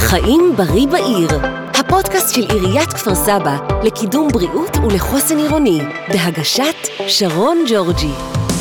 חיים בריא בעיר, הפודקאסט של עיריית כפר סבא לקידום בריאות ולחוסן עירוני, בהגשת שרון ג'ורג'י.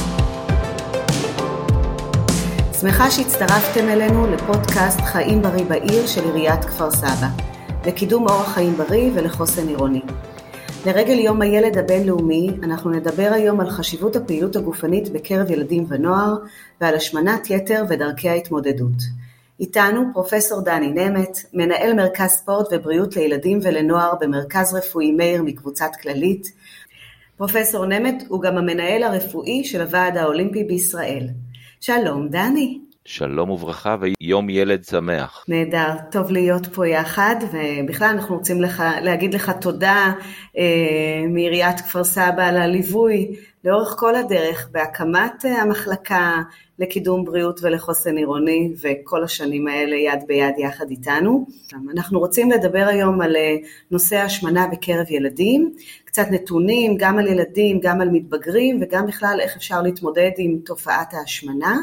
שמחה שהצטרפתם אלינו לפודקאסט חיים בריא בעיר של עיריית כפר סבא, לקידום אורח חיים בריא ולחוסן עירוני. לרגל יום הילד הבינלאומי, אנחנו נדבר היום על חשיבות הפעילות הגופנית בקרב ילדים ונוער, ועל השמנת יתר ודרכי ההתמודדות. איתנו פרופסור דני נמת, מנהל מרכז ספורט ובריאות לילדים ולנוער במרכז רפואי מאיר מקבוצת כללית. פרופסור נמת הוא גם המנהל הרפואי של הוועד האולימפי בישראל. שלום דני. שלום וברכה ויום ילד שמח. נהדר, טוב להיות פה יחד, ובכלל אנחנו רוצים להגיד לך תודה מעיריית כפר סבא על הליווי לאורך כל הדרך בהקמת המחלקה לקידום בריאות ולחוסן עירוני, וכל השנים האלה יד ביד יחד איתנו. אנחנו רוצים לדבר היום על נושא השמנה בקרב ילדים, קצת נתונים גם על ילדים, גם על מתבגרים, וגם בכלל איך אפשר להתמודד עם תופעת ההשמנה.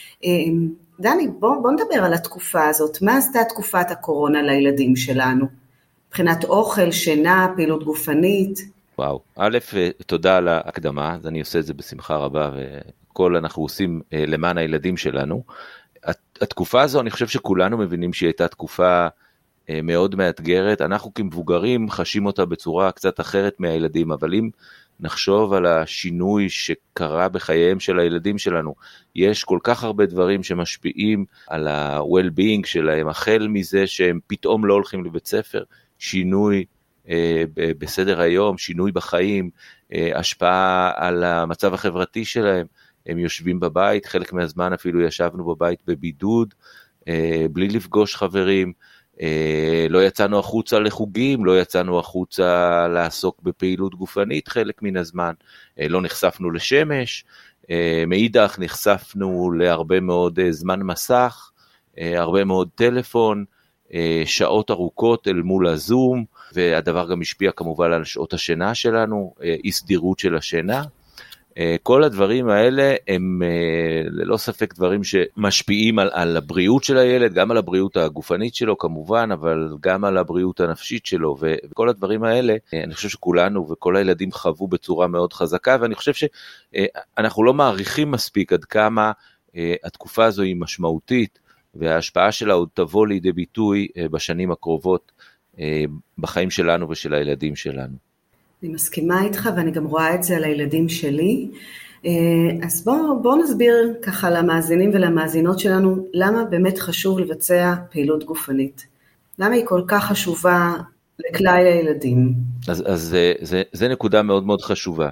דני, בוא נדבר על התקופה הזאת. מה עשתה תקופת הקורונה לילדים שלנו? מבחינת אוכל, שינה, פעילות גופנית? וואו, א', תודה על ההקדמה, אז אני עושה את זה בשמחה רבה, וכל אנחנו עושים למען הילדים שלנו. התקופה הזו, אני חושב שכולנו מבינים שהיא הייתה תקופה מאוד מאתגרת, אנחנו כמבוגרים חשים אותה בצורה קצת אחרת מהילדים, אבל אם נחשוב על השינוי שקרה בחייהם של הילדים שלנו, יש כל כך הרבה דברים שמשפיעים על ה-well-being שלהם, החל מזה שהם פתאום לא הולכים לבית ספר, שינוי בסדר היום, שינוי בחיים, השפעה על המצב החברתי שלהם, הם יושבים בבית, חלק מהזמן אפילו ישבנו בבית בבידוד, בלי לפגוש חברים, לא יצאנו החוצה לחוגים, לא יצאנו החוצה לעסוק בפעילות גופנית חלק מן הזמן, לא נחשפנו לשמש, מאידך נחשפנו להרבה מאוד זמן מסך, הרבה מאוד טלפון, שעות ארוכות אל מול הזום, והדבר גם השפיע כמובן על שעות השינה שלנו, אי סדירות של השינה. כל הדברים האלה הם ללא ספק דברים שמשפיעים על הבריאות של הילד, גם על הבריאות הגופנית שלו כמובן, אבל גם על הבריאות הנפשית שלו, וכל הדברים האלה, אני חושב שכולנו וכל הילדים חוו בצורה מאוד חזקה, ואני חושב שאנחנו לא מעריכים מספיק עד כמה התקופה הזו היא משמעותית, וההשפעה שלה עוד תבוא לידי ביטוי בשנים הקרובות בחיים שלנו ושל הילדים שלנו. אני מסכימה איתך, ואני גם רואה את זה על הילדים שלי. אז בוא נסביר ככה למאזינים ולמאזינות שלנו, למה באמת חשוב לבצע פעילות גופנית. למה היא כל כך חשובה לכלל הילדים? אז זה נקודה מאוד מאוד חשובה.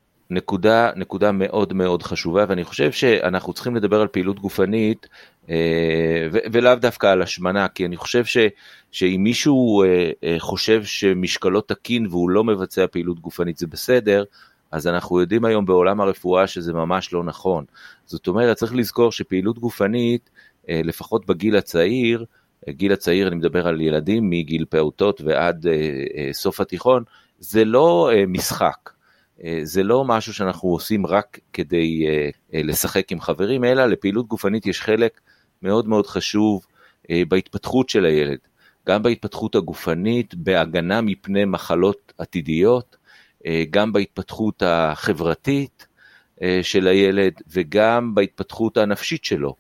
נקודה מאוד מאוד חשובה, ואני חושב שאנחנו צריכים לדבר על פעילות גופנית, ולאו דווקא על השמנה, כי אני חושב שאם מישהו חושב שמשקלו תקין והוא לא מבצע פעילות גופנית זה בסדר, אז אנחנו יודעים היום בעולם הרפואה שזה ממש לא נכון. זאת אומרת, צריך לזכור שפעילות גופנית, לפחות בגיל הצעיר, גיל הצעיר אני מדבר על ילדים מגיל פעוטות ועד סוף התיכון, זה לא משחק. זה לא משהו שאנחנו עושים רק כדי לשחק עם חברים, אלא לפעילות גופנית יש חלק מאוד מאוד חשוב בהתפתחות של הילד, גם בהתפתחות הגופנית, בהגנה מפני מחלות עתידיות, גם בהתפתחות החברתית של הילד, וגם בהתפתחות הנפשית שלו,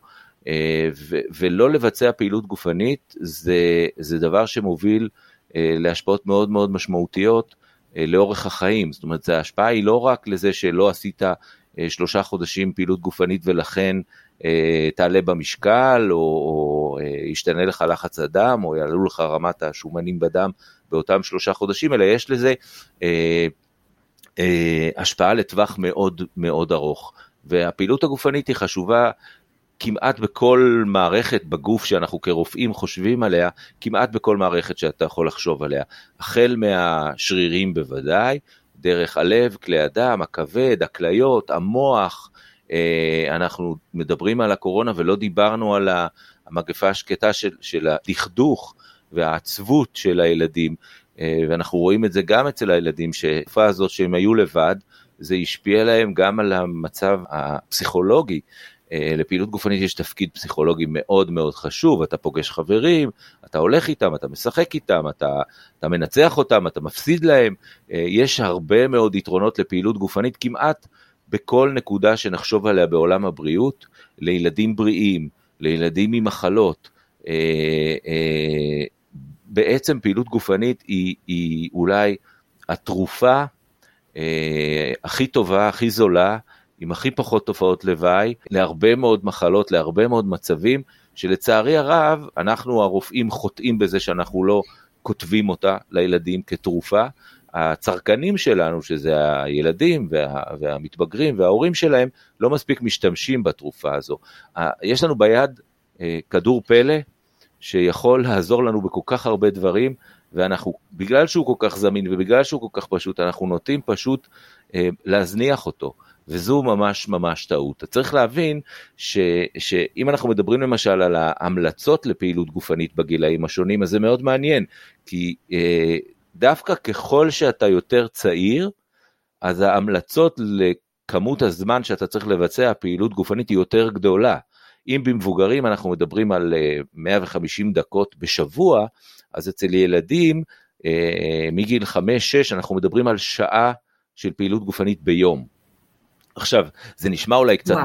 ולא לבצע פעילות גופנית, זה דבר שמוביל להשפעות מאוד מאוד משמעותיות, לאורך החיים. זאת אומרת, ההשפעה היא לא רק לזה שלא עשית 3 חודשים פעילות גופנית ולכן תעלה במשקל, או ישתנה לך לחץ הדם, או יעלו לך רמת השומנים בדם באותם 3 חודשים, אלא יש לזה השפעה לטווח מאוד מאוד ארוך. והפעילות הגופנית היא חשובה כמעט בכל מערכת בגוף שאנחנו כרופאים חושבים עליה, כמעט בכל מערכת שאתה יכול לחשוב עליה. החל מהשרירים בוודאי, דרך הלב, כלי הדם, הכבד, הכליות, המוח. אנחנו מדברים על הקורונה ולא דיברנו על המגפה השקטה של הדכדוך והעצבות של הילדים, ואנחנו רואים את זה גם אצל הילדים, שהתקופה הזאת שהם היו לבד, זה השפיע להם גם על המצב הפסיכולוגי, לפעילות גופנית יש תפקיד פסיכולוגי מאוד מאוד חשוב, אתה פוגש חברים, אתה הולך איתם, אתה משחק איתם, אתה מנצח אותם, אתה מפסיד להם, יש הרבה מאוד יתרונות לפעילות גופנית, כמעט בכל נקודה שנחשוב עליה בעולם הבריאות, לילדים בריאים, לילדים עם מחלות, בעצם פעילות גופנית היא אולי התרופה הכי טובה, הכי זולה, עם הכי פחות תופעות לוואי, להרבה מאוד מחלות, להרבה מאוד מצבים, שלצערי הרב, אנחנו הרופאים חוטאים בזה שאנחנו לא כותבים אותה לילדים כתרופה, הצרכנים שלנו, שזה הילדים והמתבגרים וההורים שלהם, לא מספיק משתמשים בתרופה הזו. יש לנו ביד כדור פלא, שיכול לעזור לנו בכל כך הרבה דברים, ואנחנו, בגלל שהוא כל כך זמין, ובגלל שהוא כל כך פשוט, אנחנו נוטים פשוט להזניח אותו, וזו ממש ממש טעות. צריך להבין שאם אנחנו מדברים למשל על ההמלצות לפעילות גופנית בגילאים השונים, אז זה מאוד מעניין, כי דווקא ככל שאתה יותר צעיר, אז ההמלצות לכמות הזמן שאתה צריך לבצע פעילות גופנית היא יותר גדולה. אם במבוגרים אנחנו מדברים על 150 דקות בשבוע, אז אצל ילדים מגיל 5-6 אנחנו מדברים על שעה של פעילות גופנית ביום. עכשיו, זה נשמע אולי קצת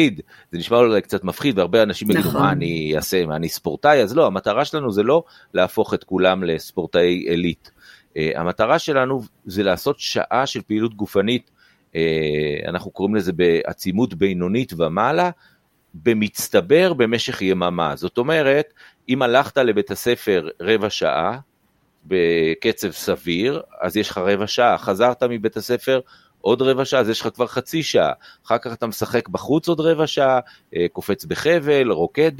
מפחיד, והרבה אנשים יגידו, מה אני אעשה, מה אני ספורטאי? אז לא, המטרה שלנו זה לא להפוך את כולם לספורטאי אליט. המטרה שלנו זה לעשות שעה של פעילות גופנית, אנחנו קוראים לזה בעצימות בינונית ומעלה, במצטבר במשך יממה. זאת אומרת, אם הלכת לבית הספר רבע שעה, בקצב סביר, אז יש לך רבע שעה, חזרת מבית הספר עוד רבע שעה, אז יש לך כבר חצי שעה, אחר כך אתה משחק בחוץ עוד רבע שעה, קופץ בחבל,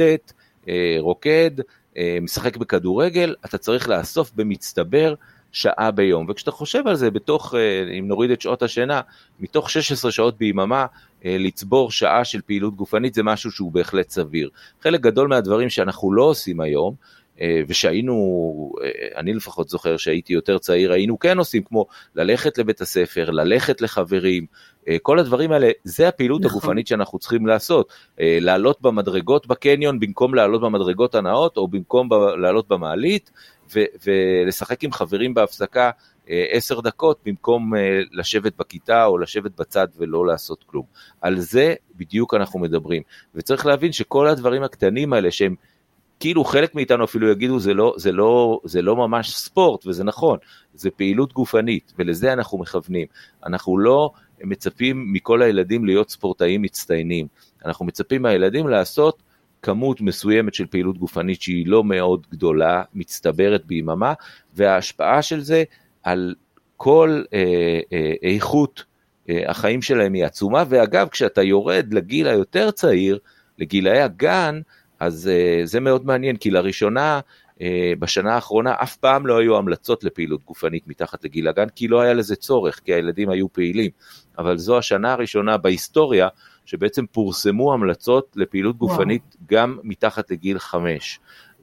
רוקד, משחק בכדורגל, אתה צריך לאסוף במצטבר שעה ביום, וכשאתה חושב על זה, אם נוריד את שעות השינה, מתוך 16 שעות ביממה, לצבור שעה של פעילות גופנית, זה משהו שהוא בהחלט סביר. חלק גדול מהדברים שאנחנו לא עושים היום, ושהיינו, אני לפחות זוכר שהייתי יותר צעיר, היינו כן עושים, כמו ללכת לבית הספר, ללכת לחברים, כל הדברים האלה, זה הפעילות הגופנית שאנחנו צריכים לעשות, לעלות במדרגות בקניון, במקום לעלות במדרגות הנאות, או במקום לעלות במעלית, ולשחק עם חברים בהפסקה 10 דקות, במקום לשבת בכיתה, או לשבת בצד ולא לעשות כלום. על זה בדיוק אנחנו מדברים, וצריך להבין שכל הדברים הקטנים האלה, שהם כאילו חלק מאיתנו אפילו יגידו, זה לא ממש ספורט, וזה נכון, זה פעילות גופנית, ולזה אנחנו מכוונים. אנחנו לא מצפים מכל הילדים להיות ספורטאים מצטיינים, אנחנו מצפים מהילדים לעשות כמות מסוימת של פעילות גופנית, שהיא לא מאוד גדולה, מצטברת ביממה, וההשפעה של זה על כל איכות החיים שלהם היא עצומה, ואגב, כשאתה יורד לגיל היותר צעיר, לגילאי הגן, אז זה מאוד מעניין, כי לראשונה, בשנה האחרונה, אף פעם לא היו המלצות לפעילות גופנית מתחת לגיל הגן, כי לא היה לזה צורך, כי הילדים היו פעילים, אבל זו השנה הראשונה בהיסטוריה, שבעצם פורסמו המלצות לפעילות גופנית גם מתחת לגיל 5,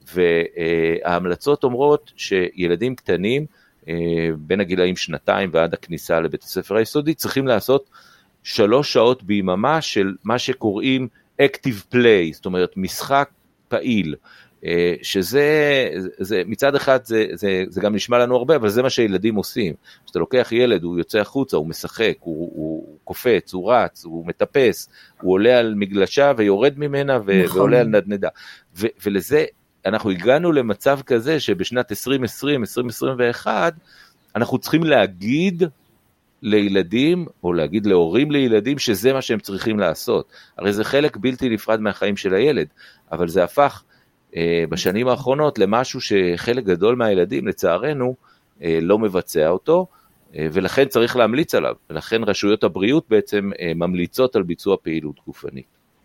וההמלצות אומרות שילדים קטנים, בין הגילאים 2 ועד הכניסה לבית הספר היסודי, צריכים לעשות 3 שעות ביממה של מה שקוראים active play, זאת אומרת משחק פעיל, שזה מצד אחד זה גם נשמע לנו הרבה, אבל זה מה שילדים עושים. כשאתה לוקח ילד, הוא יוצא החוצה, הוא משחק, הוא קופץ, הוא רץ, הוא מטפס, הוא עולה על מגלשה ויורד ממנה ועולה על נדנדה, ולזה אנחנו הגענו למצב כזה שבשנת 2020, 2021, אנחנו צריכים להגיד לילדים, או להגיד להורים לילדים, שזה מה שהם צריכים לעשות. הרי זה חלק בלתי נפרד מהחיים של הילד, אבל זה הפך בשנים האחרונות למשהו שחלק גדול מהילדים, לצערנו, לא מבצע אותו, ולכן צריך להמליץ עליו. ולכן רשויות הבריאות בעצם ממליצות על ביצוע פעילות גופנית.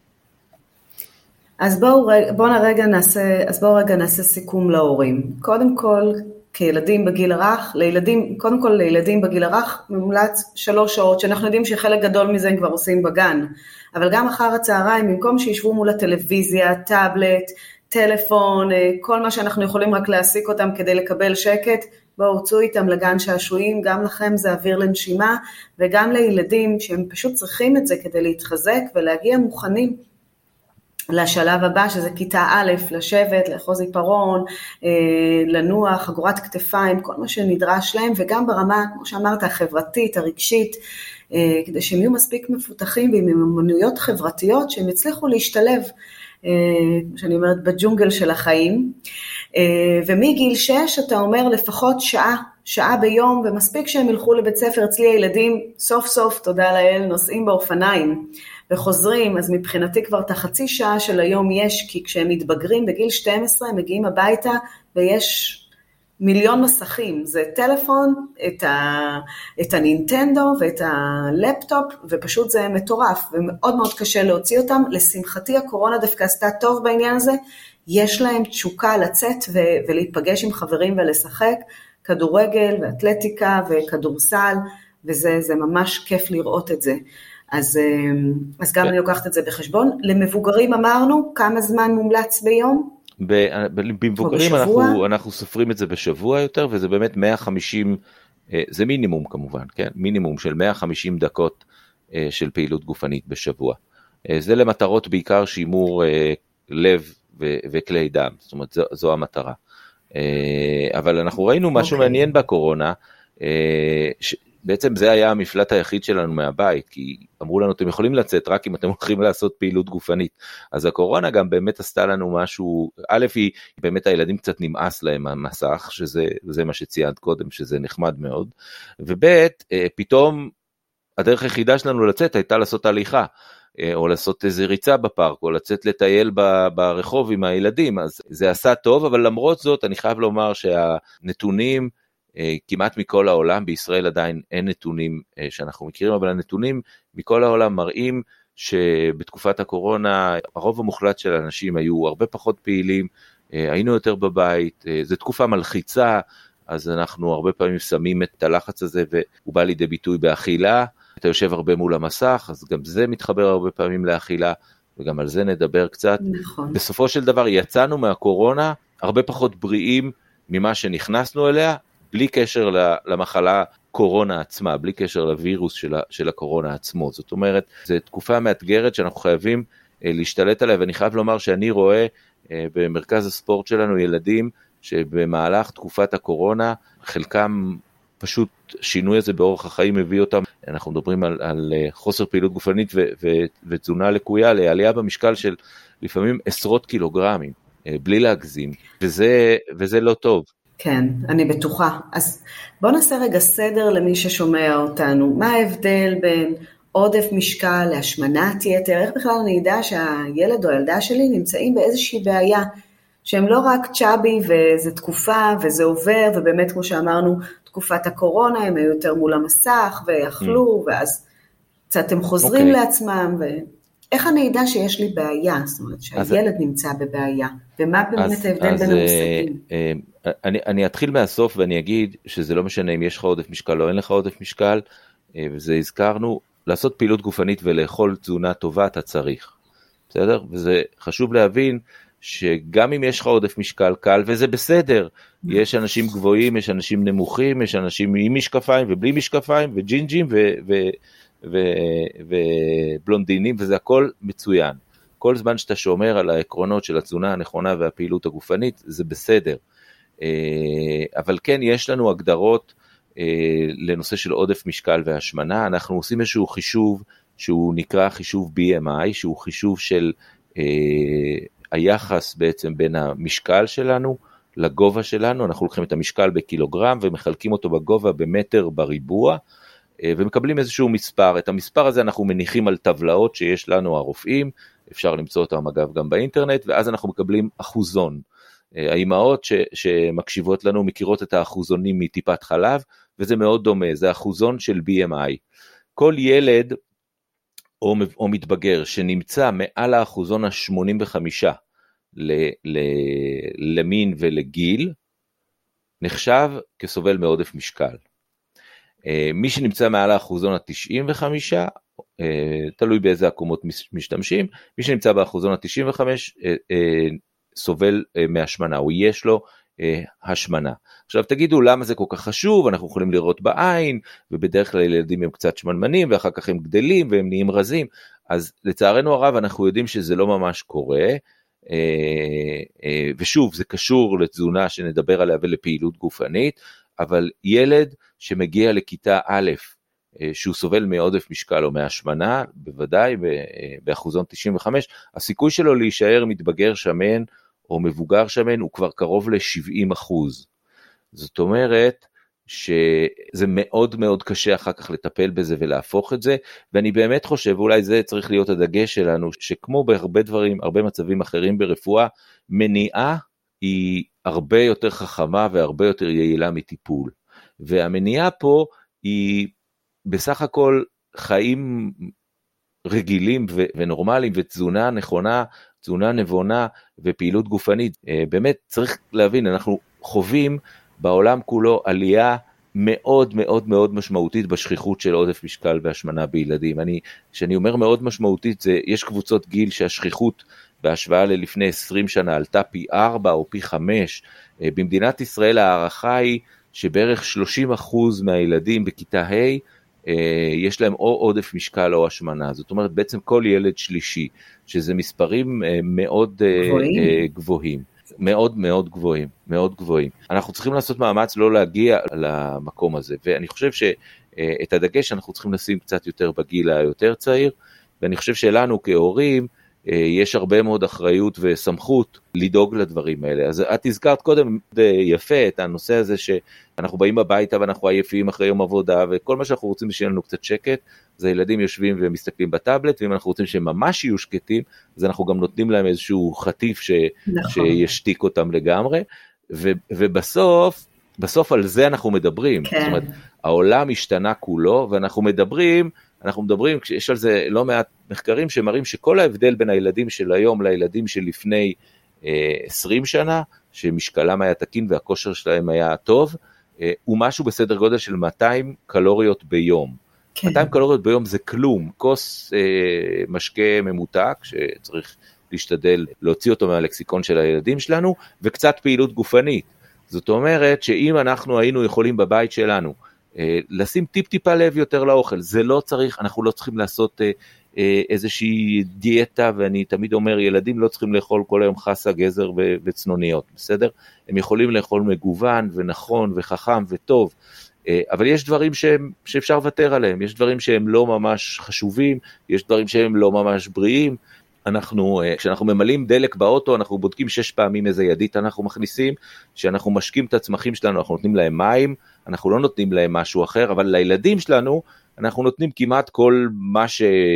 אז בואו רגע נעשה סיכום להורים. קודם כל, כילדים בגיל הרך, לילדים בגיל הרך ממולץ 3 שעות, שאנחנו יודעים שחלק גדול מזה הם כבר עושים בגן, אבל גם אחר הצהריים, במקום שישבו מול הטלוויזיה, טאבלט, טלפון, כל מה שאנחנו יכולים רק להעסיק אותם כדי לקבל שקט, בואו צאו איתם לגן שעשועים, גם לכם זה אוויר לנשימה, וגם לילדים שהם פשוט צריכים את זה כדי להתחזק ולהגיע מוכנים לשלב הבא, שזה כיתה א', לשבת, לאחוז עיפרון, לנוע, חגורת כתפיים, כל מה שנדרש להם, וגם ברמה, כמו שאמרת, החברתית, הרגשית, כדי שהם יהיו מספיק מפותחים ועם מיומנויות חברתיות, שהם יצליחו להשתלב, כמו שאני אומרת, בג'ונגל של החיים. ומגיל 6 אתה אומר לפחות שעה ביום, ומספיק שהם ילכו לבית ספר. אצלי הילדים סוף סוף, תודה לאל, נוסעים באופניים וחוזרים, אז מבחינתי כבר את החצי שעה של היום יש, כי כשהם מתבגרים בגיל 12 הם מגיעים הביתה ויש מיליון מסכים, זה טלפון, את הנינטנדו ואת הלפטופ, ופשוט זה מטורף, ומאוד מאוד קשה להוציא אותם. לשמחתי הקורונה דווקא עשתה טוב בעניין הזה, יש להם תשוקה לצאת ולהתפגש עם חברים ולשחק, כדורגל ואתלטיקה וכדורסל, וזה ממש כיף לראות את זה. אז גם אני לוקחת את זה בחשבון. למבוגרים אמרנו, כמה זמן מומלץ ביום? במבוגרים אנחנו סופרים את זה בשבוע יותר, וזה באמת 150, זה מינימום כמובן, כן? מינימום של 150 דקות של פעילות גופנית בשבוע. זה למטרות בעיקר שימור לב וכלי דם, זאת אומרת זו המטרה. אבל אנחנו ראינו משהו מעניין בקורונה, בעצם זה היה המפלט היחיד שלנו מהבית, כי אמרו לנו, אתם יכולים לצאת רק אם אתם הולכים לעשות פעילות גופנית. אז הקורונה גם באמת עשתה לנו משהו, א', היא באמת הילדים קצת נמאס להם המסך, שזה מה שציינת קודם, שזה נחמד מאוד, וב', פתאום הדרך היחידה שלנו לצאת הייתה לעשות הליכה, או לעשות איזה ריצה בפארק, או לצאת לטייל ברחוב עם הילדים. אז זה עשה טוב, אבל למרות זאת אני חייב לומר שהנתונים, כמעט מכל העולם, בישראל עדיין אין נתונים שאנחנו מכירים, אבל הנתונים מכל העולם מראים שבתקופת הקורונה הרוב המוחלט של האנשים היו הרבה פחות פעילים, היינו יותר בבית, זו תקופה מלחיצה, אז אנחנו הרבה פעמים שמים את הלחץ הזה, והוא בא לידי ביטוי באכילה, אתה יושב הרבה מול המסך, אז גם זה מתחבר הרבה פעמים לאכילה, וגם על זה נדבר קצת. נכון. בסופו של דבר יצאנו מהקורונה הרבה פחות בריאים ממה שנכנסנו אליה, בלי קשר למחלה קורונה עצמה, בלי קשר לווירוס של הקורונה עצמו. זאת אומרת, זו תקופה מאתגרת שאנחנו חייבים להשתלט עליה, ואני חייב לומר שאני רואה במרכז הספורט שלנו ילדים שבמהלך תקופת הקורונה, חלקם פשוט שינוי הזה באורח החיים הביא אותם, אנחנו מדברים על חוסר פעילות גופנית ותזונה לקויה, לעלייה במשקל של לפעמים עשרות קילוגרמים, בלי להגזים, וזה לא טוב. כן, אני בטוחה. אז בוא נעשה רגע סדר למי ששומע אותנו. מה ההבדל בין עודף משקל להשמנת יתר? איך בכלל אני יודע שהילד או הילדה שלי נמצאים באיזושהי בעיה, שהם לא רק צ'אבי וזה תקופה וזה עובר, ובאמת כמו שאמרנו, תקופת הקורונה הם היו יותר מול המסך ויאכלו, ואז קצת הם חוזרים לעצמם, איך אני יודע שיש לי בעיה? זאת אומרת שהילד נמצא בבעיה, ומה באמת ההבדל בין המושגים? אני אתחיל מהסוף ואני אגיד שזה לא משנה אם יש לך עודף משקל או אין לך עודף משקל, וזה הזכרנו, לעשות פעילות גופנית ולאכול תזונה טובה אתה צריך, בסדר? וזה חשוב להבין שגם אם יש לך עודף משקל קל, וזה בסדר, יש אנשים גבוהים, יש אנשים נמוכים, יש אנשים עם משקפיים ובלי משקפיים, וג'ינג'ים ובלונדינים, וזה הכל מצוין. כל זמן שאתה שומר על העקרונות של התזונה הנכונה והפעילות הגופנית, זה בסדר. אבל כן, יש לנו הגדרות לנושא של עודף משקל והשמנה. אנחנו עושים איזשהו חישוב שהוא נקרא חישוב BMI, שהוא חישוב של היחס בעצם בין המשקל שלנו לגובה שלנו. אנחנו לוקחים את המשקל בקילוגרם ומחלקים אותו בגובה במטר בריבוע, ומקבלים איזשהו מספר. את המספר הזה אנחנו מניחים על טבלאות שיש לנו הרופאים, אפשר למצוא אותם אגב גם באינטרנט, ואז אנחנו מקבלים אחוזון. האימהות שמקשיבות לנו מכירות את האחוזונים מטיפת חלב, וזה מאוד דומה, זה אחוזון של BMI. כל ילד או מתבגר שנמצא מעל האחוזון ה-85 למין ולגיל, נחשב כסובל מעודף משקל. מי שנמצא מעל האחוזון ה-95, תלוי באיזה עקומות משתמשים, מי שנמצא באחוזון ה-95 סובל מהשמנה, או יש לו השמנה. עכשיו תגידו למה זה כל כך חשוב, אנחנו יכולים לראות בעין, ובדרך כלל ילדים הם קצת שמנמנים, ואחר כך הם גדלים והם נהיים רזים, אז לצערנו הרב אנחנו יודעים שזה לא ממש קורה, ושוב זה קשור לתזונה שנדבר עליה ולפעילות גופנית, אבל ילד שמגיע לכיתה א', שהוא סובל מעודף משקל או מהשמנה, בוודאי באחוזון 95, הסיכוי שלו להישאר מתבגר שמן או מבוגר שמן הוא כבר קרוב ל-70%. זאת אומרת שזה מאוד מאוד קשה אחר כך לטפל בזה ולהפוך את זה, ואני באמת חושב, אולי זה צריך להיות הדגש שלנו, שכמו בהרבה דברים, הרבה מצבים אחרים ברפואה, מניעה היא הרבה יותר חכמה והרבה יותר יעילה מטיפול. והמניעה פה היא בסך הכל חיים רגילים ונורמליים, ותזונה נכונה, תזונה נבונה ופעילות גופנית. באמת צריך להבין, אנחנו חווים בעולם כולו עלייה מאוד מאוד מאוד משמעותית בשכיחות של עודף משקל והשמנה בילדים. כשאני אומר מאוד משמעותית, יש קבוצות גיל שהשכיחות בהשוואה ללפני 20 שנה עלתה פי 4 או פי 5. במדינת ישראל הערכה היא שבערך 30% מהילדים בכיתה ה' יש להם או עודף משקל או השמנה. זאת אומרת בעצם כל ילד שלישי, שזה מספרים מאוד גבוהים. מאוד מאוד גבוהים, מאוד גבוהים. אנחנו צריכים לעשות מאמץ לא להגיע למקום הזה, ואני חושב שאת הדגש אנחנו צריכים לשים קצת יותר בגיל היותר צעיר, ואני חושב שלנו כהורים יש הרבה מאוד אחריות וסמכות לדאוג לדברים האלה. אז את הזכרת קודם יפה את הנושא הזה שאנחנו באים הביתה ואנחנו עייפים אחרי יום עבודה, וכל מה שאנחנו רוצים שיהיה לנו קצת שקט, זה ילדים יושבים ומסתכלים בטאבלט, ואם אנחנו רוצים שהם ממש יהיו שקטים, אז אנחנו גם נותנים להם איזשהו חטיף שישתיק אותם לגמרי, ובסוף על זה אנחנו מדברים. זאת אומרת, העולם השתנה כולו, ואנחנו מדברים, יש על זה לא מעט מחקרים שמראים שכל ההבדל בין הילדים של היום לילדים של לפני 20 שנה, שמשקלם היה תקין והכושר שלהם היה טוב, הוא משהו בסדר גודל של 200 קלוריות ביום. 200 קלוריות ביום זה כלום, כוס משקה ממותק, שצריך להשתדל להוציא אותו מהלקסיקון של הילדים שלנו, וקצת פעילות גופנית. זאת אומרת שאם אנחנו היינו יכולים בבית שלנו, לשים טיפה לב יותר לאוכל, זה לא צריך, אנחנו לא צריכים לעשות איזושהי דיאטה, ואני תמיד אומר, ילדים לא צריכים לאכול כל היום חסה, גזר וצנוניות, בסדר? הם יכולים לאכול מגוון ונכון וחכם וטוב, אבל יש דברים שאפשר לוותר עליהם, יש דברים שהם לא ממש חשובים, יש דברים שהם לא ממש בריאים. כשאנחנו ממלאים דלק באוטו, אנחנו בודקים 6 פעמים איזה ידית אנחנו מכניסים, כשאנחנו משקים את הצמחים שלנו, אנחנו נותנים להם מים, אנחנו לא נותנים להם משהו אחר, אבל לילדים שלנו, אנחנו נותנים כמעט כל מה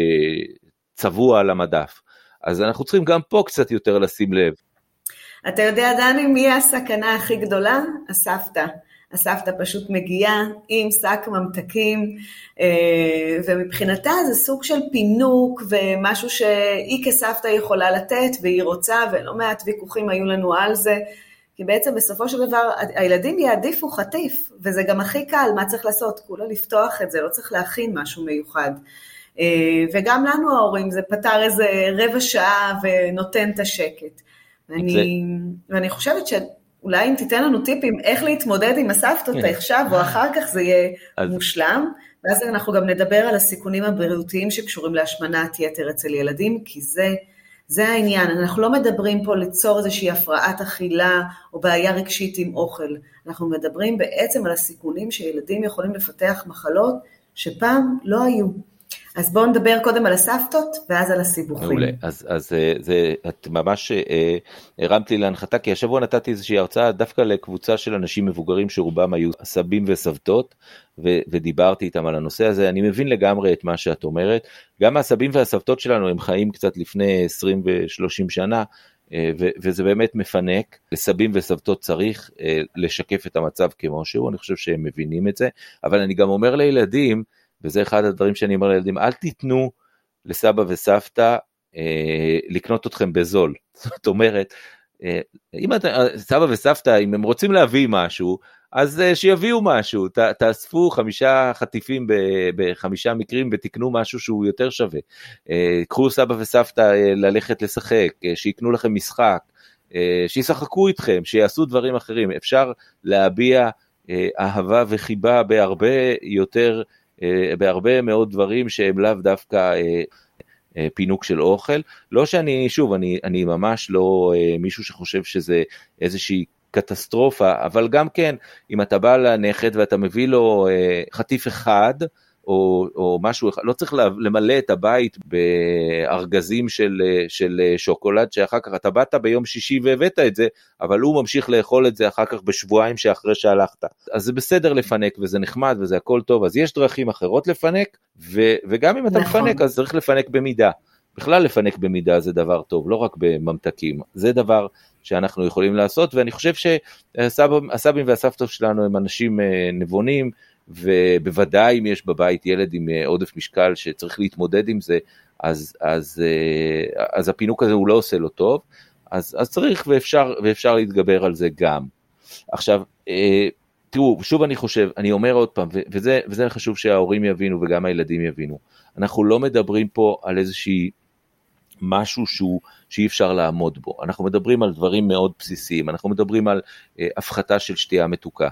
שצבוע על המדף. אז אנחנו צריכים גם פה קצת יותר לשים לב. אתה יודע, דני, מי הסכנה הכי גדולה? הסבתא. הסבתא פשוט מגיעה עם שק ממתקים, ומבחינתה זה סוג של פינוק, ומשהו שהיא כסבתא יכולה לתת, והיא רוצה, ולא מעט ויכוחים היו לנו על זה, כי בעצם בסופו של דבר, הילדים יעדיפו חטיף, וזה גם הכי קל, מה צריך לעשות? כולה לפתוח את זה, לא צריך להכין משהו מיוחד. וגם לנו ההורים, זה פתר איזה רבע שעה, ונותן את השקט. ואני חושבת אולי אם תיתן לנו טיפים איך להתמודד עם הסבתות עכשיו או אחר כך זה יהיה מושלם, ואז אנחנו גם נדבר על הסיכונים הבריאותיים שקשורים להשמנת יתר אצל ילדים, כי זה העניין, אנחנו לא מדברים פה ליצור איזושהי הפרעת אכילה או בעיה רגשית עם אוכל, אנחנו מדברים בעצם על הסיכונים שילדים יכולים לפתח מחלות שפעם לא היו. אז בואו נדבר קודם על הסבתות, ואז על הסיבוכים. מעולה, אז את ממש הרמת לי להנחתה, כי השבוע נתתי איזושהי הרצאה דווקא לקבוצה של אנשים מבוגרים שרובם היו סבים וסבתות, ודיברתי איתם על הנושא הזה. אני מבין לגמרי את מה שאת אומרת, גם הסבים והסבתות שלנו הם חיים קצת לפני 20 ו-30 שנה, וזה באמת מפנק. לסבים וסבתות צריך לשקף את המצב כמו שהוא, אני חושב שהם מבינים את זה, אבל אני גם אומר לילדים, וזה אחד הדברים שאני אומר לילדים, אל תיתנו לסבא וסבתא לקנות אתכם בזול. זאת אומרת, אם סבא וסבתא, אם הם רוצים להביא משהו, אז שיביאו משהו, תאספו 5 חטיפים ב5 מקרים, ותקנו משהו שהוא יותר שווה. קחו סבא וסבתא ללכת לשחק, שיקנו לכם משחק, שישחקו איתכם, שיעשו דברים אחרים. אפשר להביע אהבה וחיבה בהרבה מאוד דברים שהם לאו דווקא פינוק של אוכל, לא שאני, שוב, אני ממש לא מישהו שחושב שזה איזושהי קטסטרופה, אבל גם כן, אם אתה בא לנכד ואתה מביא לו חטיף אחד, או משהו אחד, לא צריך למלא את הבית בארגזים של שוקולד, שאחר כך אתה באת ביום שישי והבאת את זה, אבל הוא ממשיך לאכול את זה אחר כך בשבועיים שאחרי שהלכת. אז זה בסדר לפנק, וזה נחמד, וזה הכל טוב, אז יש דרכים אחרות לפנק, וגם אם אתה מפנק, אז צריך לפנק במידה. בכלל לפנק במידה זה דבר טוב, לא רק בממתקים, זה דבר שאנחנו יכולים לעשות, ואני חושב שהסבים והסבתות שלנו הם אנשים נבונים, ובוודאי אם יש בבית ילד עם עודף משקל שצריך להתמודד עם זה, אז הפינוק הזה הוא לא עושה לו טוב, אז צריך ואפשר להתגבר על זה גם. עכשיו, תראו, שוב אני חושב, אני אומר עוד פעם, וזה חשוב שההורים יבינו וגם הילדים יבינו, אנחנו לא מדברים פה על איזושהי משהו שאי אפשר לעמוד בו, אנחנו מדברים על דברים מאוד בסיסיים, אנחנו מדברים על הפחתה של שתייה מתוקה.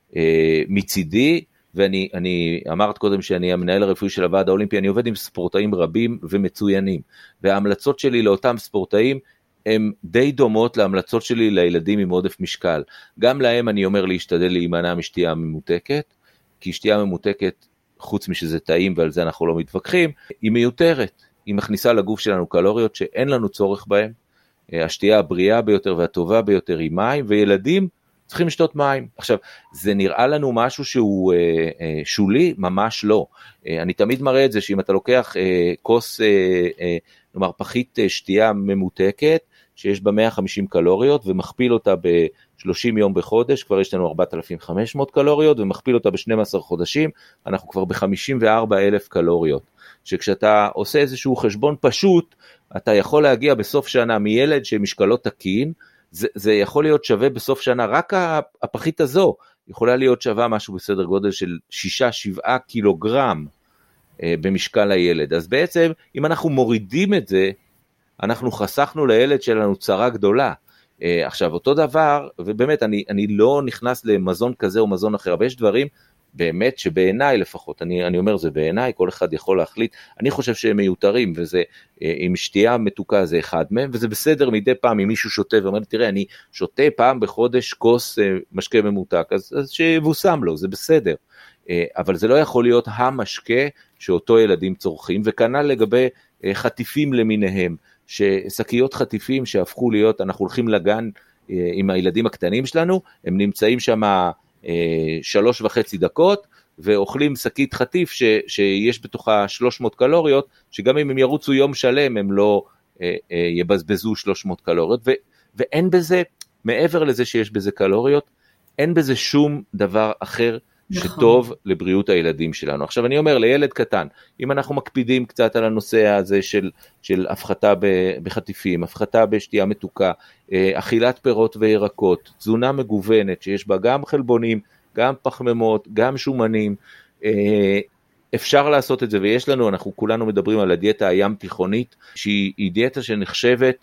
מצידי, ואני אמרת קודם שאני המנהל הרפואי של הוועד האולימפי, אני עובד עם ספורטאים רבים ומצוינים, וההמלצות שלי לאותם ספורטאים, הן די דומות להמלצות שלי לילדים עם עודף משקל. גם להם אני אומר להשתדל להימנע משתייה ממותקת, כי שתייה ממותקת, חוץ משזה טעים ועל זה אנחנו לא מתווכחים, היא מיותרת, היא מכניסה לגוף שלנו קלוריות שאין לנו צורך בהן, השתייה הבריאה ביותר והטובה ביותר היא מים, וילדים צריכים לשתות מים. עכשיו, זה נראה לנו משהו שהוא שולי, ממש לא. אני תמיד מראה את זה, שאם אתה לוקח כוס, נאמר פחית שתייה ממותקת, שיש בה 150 קלוריות, ומכפיל אותה ב-30 יום בחודש, כבר יש לנו 4,500 קלוריות, ומכפיל אותה ב-12 חודשים, אנחנו כבר ב-54,000 קלוריות. שכשאתה עושה איזשהו חשבון פשוט, אתה יכול להגיע בסוף שנה מילד שמשקלו תקין, זה יכול להיות שווה בסוף שנה, רק הפחית הזו יכולה להיות שווה משהו בסדר גודל של 6-7 קילוגרם במשקל הילד. אז בעצם אם אנחנו מורידים את זה, אנחנו חסכנו לילד שלנו צרה גדולה. עכשיו אותו דבר, ובאמת אני לא נכנס למזון כזה או מזון אחר, אבל יש דברים באמת שבעיניי לפחות, אני אומר זה בעיניי, כל אחד יכול להחליט, אני חושב שהם מיותרים, וזה עם שתייה מתוקה זה אחד מהם, וזה בסדר מדי פעם אם מישהו שותה ואומר, תראה אני שותה פעם בחודש כוס משקה ממותק, אז שיבוסם לו, זה בסדר, אבל זה לא יכול להיות המשקה שאותו ילדים צורכים, וכנ"ל לגבי חטיפים למיניהם, ששקיות חטיפים שהפכו להיות, אנחנו הולכים לגן עם הילדים הקטנים שלנו, הם נמצאים שם 3.5 דקות, ואוכלים שקית חטיף שיש בתוכה 300 קלוריות, שגם אם הם ירוצו יום שלם, הם לא יבזבזו 300 קלוריות, ואין בזה, מעבר לזה שיש בזה קלוריות, אין בזה שום דבר אחר שטוב לבריאות הילדים שלנו. עכשיו אני אומר, לילד קטן, אם אנחנו מקפידים קצת על הנושא הזה של הפחתה בחטיפים, הפחתה בשתייה מתוקה, אכילת פירות וירקות, תזונה מגוונת שיש בה גם חלבונים, גם פחמימות, גם שומנים, אפשר לעשות את זה, ויש לנו, אנחנו כולנו מדברים על הדיאטה הים תיכונית, שהיא דיאטה שנחשבת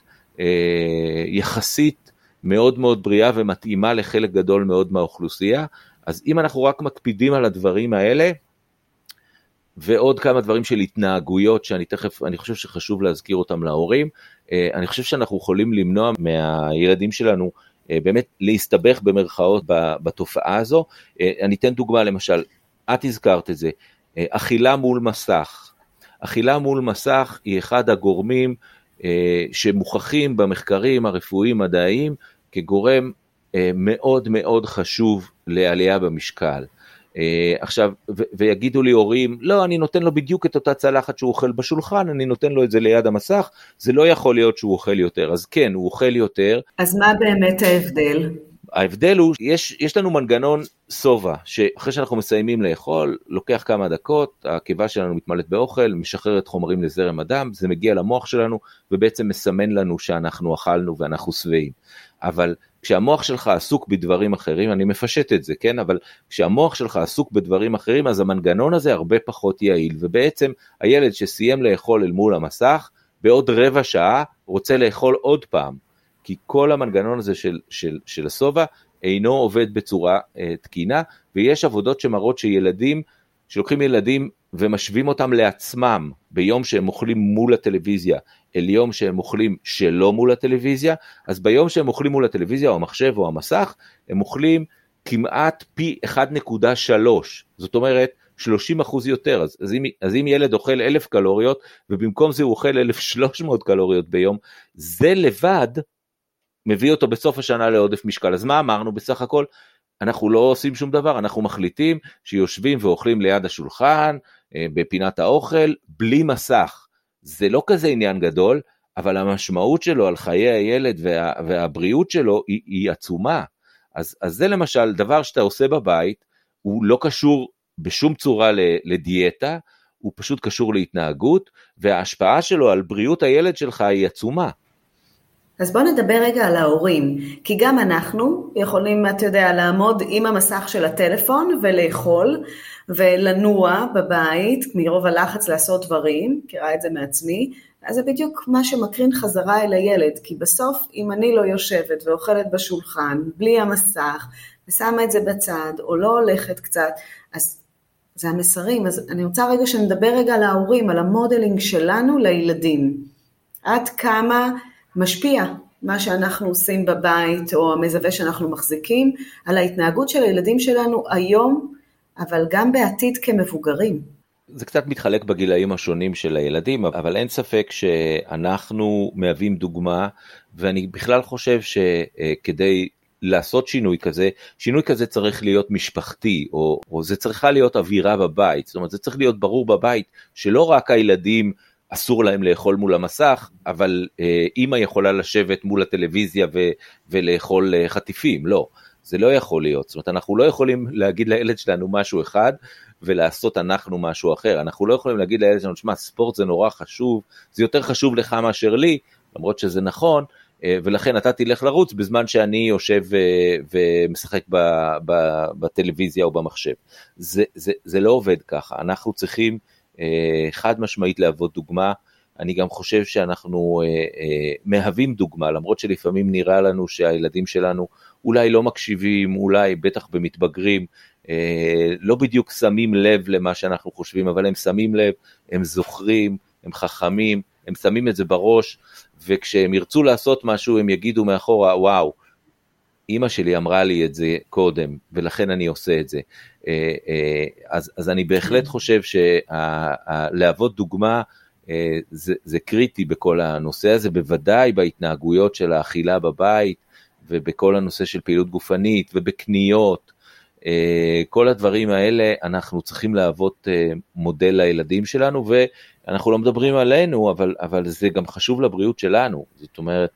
יחסית מאוד מאוד בריאה ומתאימה לחלק גדול מאוד מהאוכלוסייה, אז אם אנחנו רק מקפידים על הדברים האלה, ועוד כמה דברים של התנהגויות, אני חושב שחשוב להזכיר אותם להורים, אני חושב שאנחנו יכולים למנוע מהילדים שלנו, באמת להסתבך במרכאות בתופעה הזו. אני אתן דוגמה למשל, את הזכרת את זה, אכילה מול מסך. אכילה מול מסך היא אחד הגורמים שמוכחים במחקרים הרפואיים מדעיים, כגורם מאוד מאוד חשוב לעלייה במשקל. עכשיו, ויגידו לי הורים, לא, אני נותן לו בדיוק את אותה צלחת שהוא אוכל בשולחן, אני נותן לו את זה ליד המסך, זה לא יכול להיות שהוא אוכל יותר, אז כן, הוא אוכל יותר. אז מה באמת ההבדל? ההבדל הוא, יש לנו מנגנון סובה, שאחרי שאנחנו מסיימים לאכול, לוקח כמה דקות, הקיבה שלנו מתמלאת באוכל, משחררת חומרים לזרם הדם, זה מגיע למוח שלנו, ובעצם מסמן לנו שאנחנו אכלנו ואנחנו שבעים. אבל כשהמוח שלך עסוק בדברים אחרים, אני מפשט את זה, כן? אבל כשהמוח שלך עסוק בדברים אחרים, אז המנגנון הזה הרבה פחות יעיל, ובעצם הילד שסיים לאכול אל מול המסך, בעוד רבע שעה רוצה לאכול עוד פעם, כי כל המנגנון הזה של הסובה אינו עובד בצורה תקינה, ויש עבודות שמראות שילדים, שלוקחים ילדים ומשווים אותם לעצמם ביום שהם אוכלים מול הטלוויזיה, אל יום שהם אוכלים שלא מול הטלוויזיה, אז ביום שהם אוכלים מול הטלוויזיה או המחשב או המסך, הם אוכלים כמעט פי 1.3, זאת אומרת 30% יותר, אז אם ילד אוכל 1,000 קלוריות, ובמקום זה הוא אוכל 1,300 קלוריות ביום, זה לבד מביא אותו בסוף השנה לעודף משקל. אז מה אמרנו בסך הכל? אנחנו לא עושים שום דבר, אנחנו מחליטים שיושבים ואוכלים ליד השולחן, בפינת האוכל, בלי מסך. זה לא כזה עניין גדול, אבל המשמעות שלו על חיי הילד והבריאות שלו היא עצומה. אז זה למשל דבר שאתה עושה בבית, הוא לא קשור בשום צורה לדיאטה, הוא פשוט קשור להתנהגות, וההשפעה שלו על בריאות הילד שלך היא עצומה. אז בוא נדבר רגע על ההורים, כי גם אנחנו יכולים, אתה יודע, לעמוד עם המסך של הטלפון ולאכול ולנוע בבית, מרוב הלחץ לעשות דברים, קרא את זה מעצמי, אז זה בדיוק מה שמקרין חזרה אל הילד, כי בסוף אם אני לא יושבת ואוכלת בשולחן, בלי המסך, ושמה את זה בצד, או לא הולכת קצת, אז זה המסרים. אז אני רוצה רגע שנדבר רגע על ההורים, על המודלינג שלנו לילדים. עד כמה משפיע מה שאנחנו עושים בבית, או המזווה שאנחנו מחזיקים, על ההתנהגות של הילדים שלנו היום, אבל גם בעתיד כמבוגרים. זה קצת מתחלק בגילאים השונים של הילדים, אבל אין ספק שאנחנו מהווים דוגמה, ואני בכלל חושב שכדי לעשות שינוי כזה צריך להיות משפחתי, או זה צריכה להיות אווירה בבית, זאת אומרת זה צריך להיות ברור בבית, שלא רק הילדים אסור להם לאכול מול המסך, אבל אמא יכולה לשבת מול הטלוויזיה ולאכול חטיפים, לא, זה לא יכול להיות, זאת אומרת אנחנו לא יכולים להגיד לילד שלנו משהו אחד, ולעשות אנחנו משהו אחר, אנחנו לא יכולים להגיד לילד שלנו, שמה, ספורט זה נורא חשוב, זה יותר חשוב לך מאשר לי, למרות שזה נכון, ולכן אתה תלך לרוץ בזמן שאני יושב ומשחק בטלוויזיה או במחשב. זה לא עובד ככה, אנחנו צריכים חד משמעית להוות דוגמה. אני גם חושב שאנחנו מהווים דוגמה, למרות שלפעמים נראה לנו שהילדים שלנו אולי לא מקשיבים, אולי בטח במתבגרים, לא בדיוק שמים לב למה שאנחנו חושבים, אבל הם שמים לב, הם זוכרים, הם חכמים, הם שמים את זה בראש, וכשהם ירצו לעשות משהו, הם יגידו מאחורה, וואו, אמא שלי אמרה לי את זה קודם, ולכן אני עושה את זה. אז אני בהחלט חושב שלהוות דוגמה, זה קריטי בכל הנושא הזה, בוודאי בהתנהגויות של האכילה בבית, ובכל הנושא של פעילות גופנית, ובקניות, כל הדברים האלה אנחנו צריכים להוות מודל לילדים שלנו, ואנחנו לא מדברים עלינו, אבל זה גם חשוב לבריאות שלנו, זאת אומרת,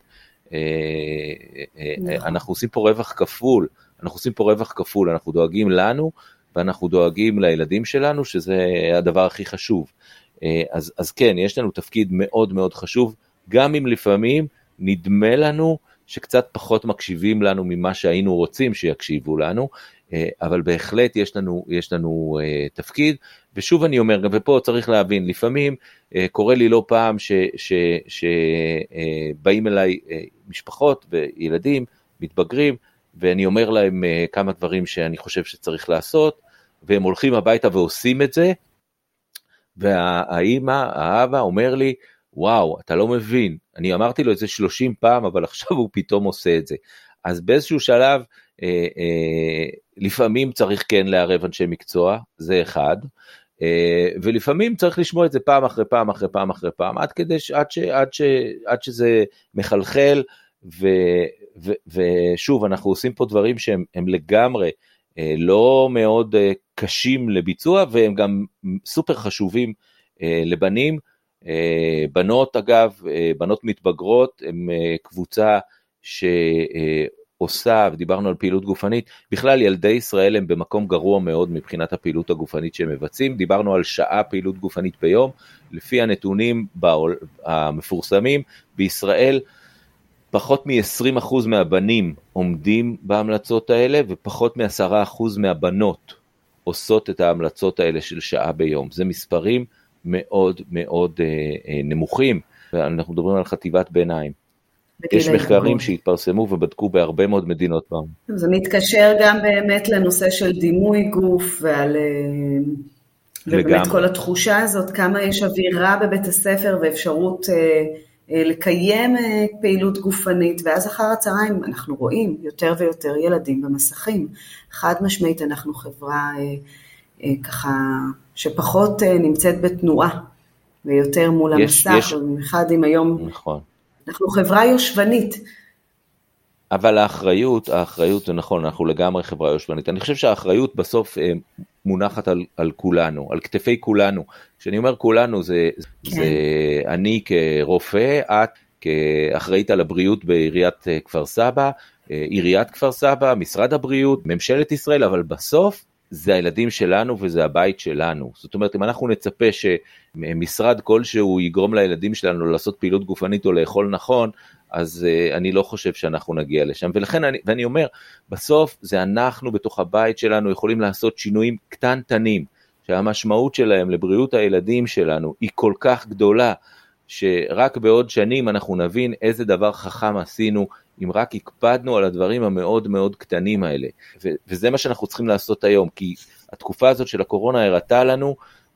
אנחנו עושים פה רווח כפול, אנחנו דואגים לנו, ואנחנו דואגים לילדים שלנו, שזה הדבר הכי חשוב. אז כן, יש לנו תפקיד מאוד מאוד חשוב, גם אם לפעמים נדמה לנו שקצת פחות מקשיבים לנו ממה שהיינו רוצים שיקשיבו לנו, אבל בהחלט יש לנו תפקיד, ושוב אני אומר, גם ופה צריך להבין, לפעמים קורה לי לא פעם שבאים אליי משפחות וילדים, מתבגרים, ואני אומר להם כמה דברים שאני חושב שצריך לעשות, והם הולכים הביתה ועושים את זה, והאמא, האבא אומר לי, וואו, אתה לא מבין, אני אמרתי לו את זה 30 פעם, אבל עכשיו הוא פתאום עושה את זה. אז באיזשהו שלב, לפעמים צריך כן לערב אנשי מקצוע, זה אחד, ולפעמים צריך לשמוע את זה פעם אחרי פעם אחרי פעם אחרי פעם, עד שזה מחלחל, ושוב, אנחנו עושים פה דברים שהם לגמרי לא מאוד קשים לביצוע, והם גם סופר חשובים לבנים, בנות אגב, בנות מתבגרות, הם קבוצה שעושה, ודיברנו על פעילות גופנית, בכלל ילדי ישראל הם במקום גרוע מאוד מבחינת הפעילות הגופנית שהם מבצעים, דיברנו על שעה פעילות גופנית ביום, לפי הנתונים המפורסמים, בישראל פחות מ-20% מהבנים עומדים בהמלצות האלה, ופחות מ-10% מהבנות עושות את ההמלצות האלה של שעה ביום, זה מספרים מאוד מאוד נמוכים, ואנחנו מדברים על חטיבת ביניים. יש מחקרים שהתפרסמו ובדקו בהרבה מאוד מדינות בעולם. זה מתקשר גם באמת לנושא של דימוי גוף, ועל ובאמת כל התחושה הזאת, כמה יש אווירה בבית הספר ואפשרות לקיים פעילות גופנית, ואז אחר הצהריים אנחנו רואים יותר ויותר ילדים במסכים. חד משמעית אנחנו חברה ככה שפחות נמצאת בתנועה, ויותר מול המסך, ובמיוחד עם היום, נכון. אנחנו חברה יושבנית. אבל האחריות זה נכון, אנחנו לגמרי חברה יושבנית. אני חושב שהאחריות בסוף מונחת על כולנו, על כתפי כולנו. כשאני אומר כולנו, זה אני כרופא, את כאחראית על הבריאות בעיריית כפר סבא, עיריית כפר סבא, משרד הבריאות, ממשלת ישראל, אבל בסוף זה הילדים שלנו וזה הבית שלנו. זאת אומרת, אם אנחנו נצפה שמשרד כלשהו יגרום לילדים שלנו לעשות פעילות גופנית או לאכול נכון, אז אני לא חושב שאנחנו נגיע לשם, ולכן ואני אומר, בסוף זה אנחנו בתוך הבית שלנו יכולים לעשות שינויים קטנטנים, שהמשמעות שלהם לבריאות הילדים שלנו היא כל כך גדולה, שרק בעוד שנים אנחנו נבין איזה דבר חכם עשינו, אם רק הקפדנו על הדברים המאוד מאוד קטנים האלה, וזה מה שאנחנו צריכים לעשות היום, כי התקופה הזאת של הקורונה הראתה לנו,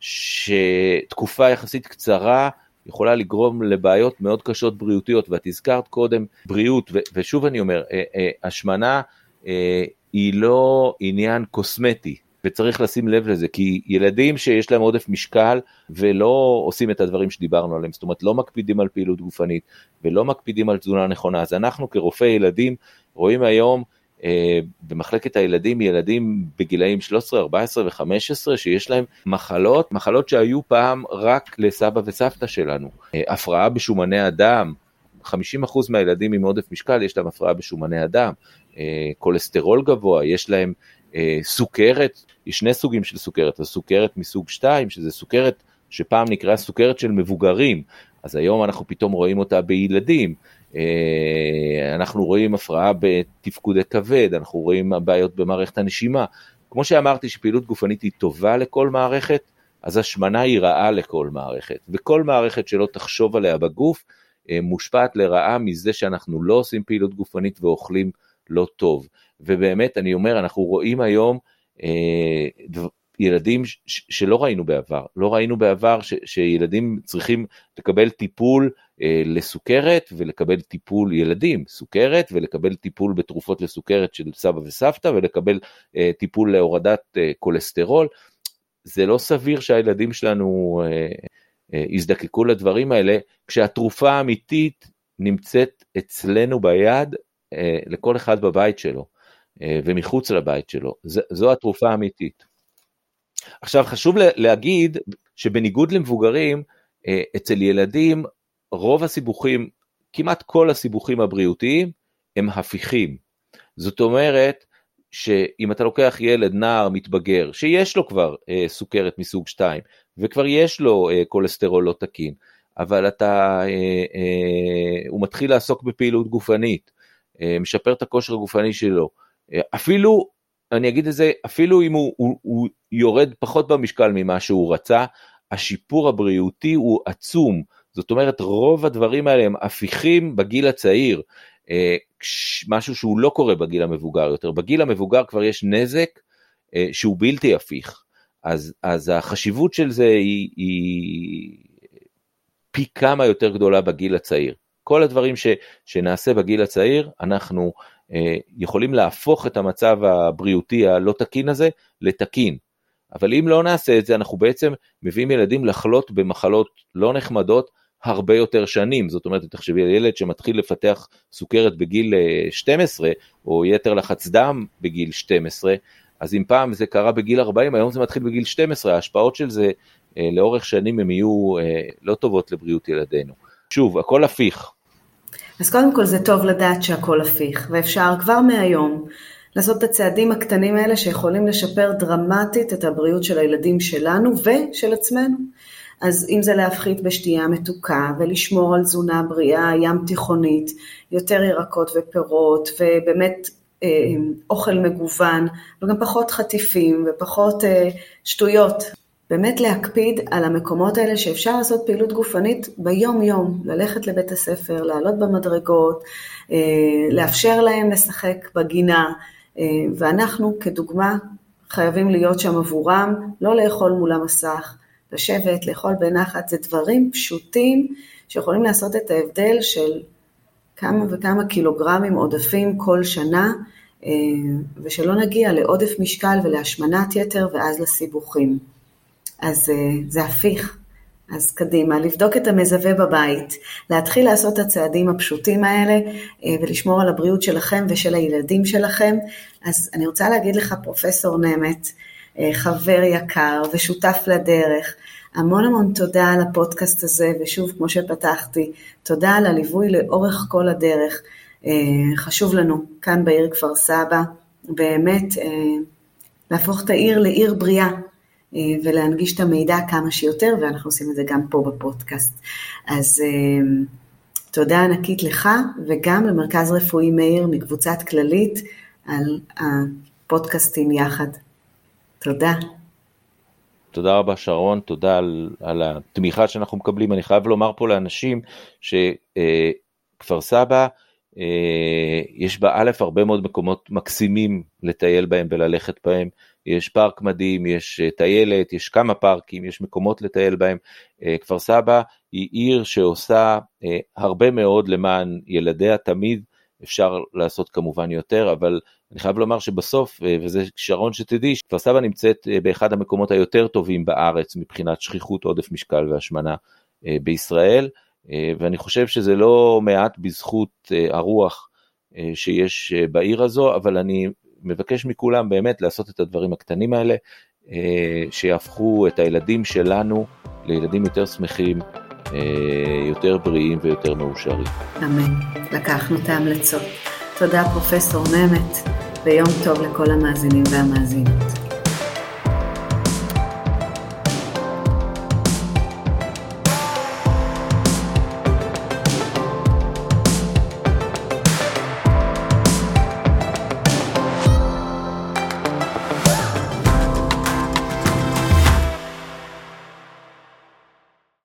שתקופה יחסית קצרה, יכולה לגרום לבעיות מאוד קשות בריאותיות, ואת הזכרת קודם בריאות, ושוב אני אומר, השמנה היא לא עניין קוסמטי, וצריך לשים לב לזה, כי ילדים שיש להם עודף משקל, ולא עושים את הדברים שדיברנו עליהם, זאת אומרת לא מקפידים על פעילות גופנית, ולא מקפידים על תזונה נכונה, אז אנחנו כרופאי ילדים רואים היום, במחלקת הילדים, ילדים בגילאים 13, 14 ו-15 שיש להם מחלות שהיו פעם רק לסבא וסבתא שלנו. הפרעה בשומני הדם, 50% מהילדים עם עודף משקל יש להם הפרעה בשומני הדם, כולסטרול גבוה, יש להם סוכרת, יש שני סוגים של סוכרת, הסוכרת מסוג 2, שזה סוכרת שפעם נקרא סוכרת של מבוגרים, אז היום אנחנו פתאום רואים אותה בילדים, אנחנו רואים הפרעה בתפקודי כבד, אנחנו רואים בעיות במערכת הנשימה, כמו שאמרתי שפעילות גופנית היא טובה לכל מערכת, אז השמנה היא רעה לכל מערכת, וכל מערכת שלא תחשוב עליה בגוף, מושפעת לרעה מזה שאנחנו לא עושים פעילות גופנית ואוכלים לא טוב, ובאמת אני אומר, אנחנו רואים היום ילדים שלא ראינו בעבר, לא ראינו בעבר שילדים צריכים לקבל טיפול לסוכרת ולקבל טיפול ילדים, סוכרת ולקבל טיפול בתרופות לסוכרת של סבא וסבתא ולקבל טיפול להורדת כולסטרול, זה לא סביר שהילדים שלנו יזדקקו לדברים האלה, כשהתרופה האמיתית נמצאת אצלנו ביד לכל אחד בבית שלו ומחוץ לבית שלו, זו התרופה האמיתית. עכשיו חשוב להגיד שבניגוד למבוגרים, אצל ילדים רוב הסיבוכים, כמעט כל הסיבוכים הבריאותיים הם הפיכים. זאת אומרת שאם אתה לוקח ילד נער מתבגר, שיש לו כבר סוכרת מסוג 2, וכבר יש לו כולסטרול לא תקין, אבל הוא מתחיל לעסוק בפעילות גופנית, משפר את הכושר הגופני שלו, אפילו, אני אגיד את זה, אפילו אם הוא יורד פחות במשקל ממה שהוא רצה, השיפור הבריאותי הוא עצום, זאת אומרת רוב הדברים האלה הם הפיכים בגיל הצעיר, משהו שהוא לא קורה בגיל המבוגר יותר, בגיל המבוגר כבר יש נזק שהוא בלתי הפיך, אז החשיבות של זה היא פי כמה יותר גדולה בגיל הצעיר, כל הדברים שנעשה בגיל הצעיר, אנחנו יכולים להפוך את המצב הבריאותי הלא תקין הזה לתקין, אבל אם לא נעשה את זה, אנחנו בעצם מביאים ילדים לחלות במחלות לא נחמדות הרבה יותר שנים, זאת אומרת, תחשבי על ילד שמתחיל לפתח סוכרת בגיל 12, או יתר לחץ דם בגיל 12, אז אם פעם זה קרה בגיל 40, היום זה מתחיל בגיל 12, ההשפעות של זה לאורך שנים הם יהיו לא טובות לבריאות ילדינו. שוב, הכל הפיך. אז קודם כל זה טוב לדעת שהכל הפיך, ואפשר כבר מהיום לעשות את הצעדים הקטנים האלה שיכולים לשפר דרמטית את הבריאות של הילדים שלנו ושל עצמנו. אז אם זה להפחית בשתייה מתוקה ולשמור על תזונה בריאה ים תיכונית, יותר ירקות ופירות ובאמת אוכל מגוון, וגם פחות חטיפים ופחות שטויות. באמת להקפיד על המקומות האלה שאפשר לעשות פעילות גופנית ביום יום, ללכת לבית הספר, לעלות במדרגות, לאפשר להם לשחק בגינה, ואנחנו כדוגמה חייבים להיות שם עבורם, לא לאכול מול המסך, לשבת, לאכול בנחת, זה דברים פשוטים שיכולים לעשות את ההבדל של כמה וכמה קילוגרמים עודפים כל שנה, ושלא נגיע לעודף משקל ולהשמנת יתר ואז לסיבוכים. אז זה הפיך. אז קדימה, לבדוק את המזווה בבית, להתחיל לעשות את הצעדים הפשוטים האלה, ולשמור על הבריאות שלכם ושל הילדים שלכם. אז אני רוצה להגיד לך, פרופסור נמת, חבר יקר ושותף לדרך, המון המון תודה על הפודקאסט הזה, ושוב, כמו שפתחתי, תודה על הליווי לאורך כל הדרך. חשוב לנו כאן בעיר כפר סבא, באמת להפוך את העיר לעיר בריאה, ולהנגיש את המידע כמה שיותר, ואנחנו עושים את זה גם פה בפודקאסט. אז תודה ענקית לך, וגם למרכז רפואי מאיר מקבוצת כללית, על הפודקאסטים יחד. תודה. תודה רבה שרון, תודה על התמיכה שאנחנו מקבלים. אני חייב לומר פה לאנשים שכפר סבא, יש בה הרבה מאוד מקומות מקסימים לטייל בהם וללכת בהם. יש פארק מדהים, יש טיילת, יש כמה פארקים, יש מקומות לטייל בהם. כפר סבא היא עיר שעושה הרבה מאוד למען ילדיה, תמיד אפשר לעשות כמובן יותר, אבל אני חייב לומר שבסוף, וזה שרון שתדעי, כפר סבא נמצאת באחד המקומות היותר טובים בארץ, מבחינת שכיחות עודף משקל והשמנה בישראל, ואני חושב שזה לא מעט בזכות הרוח שיש בעיר הזו, אבל אני מבקש מכולם באמת לעשות את הדברים הקטנים האלה, שיהפכו את הילדים שלנו לילדים יותר שמחים, יותר בריאים ויותר מאושרים. אמן, לקחנו את ההמלצות. תודה פרופסור נמת, ויום טוב לכל המאזינים והמאזינות.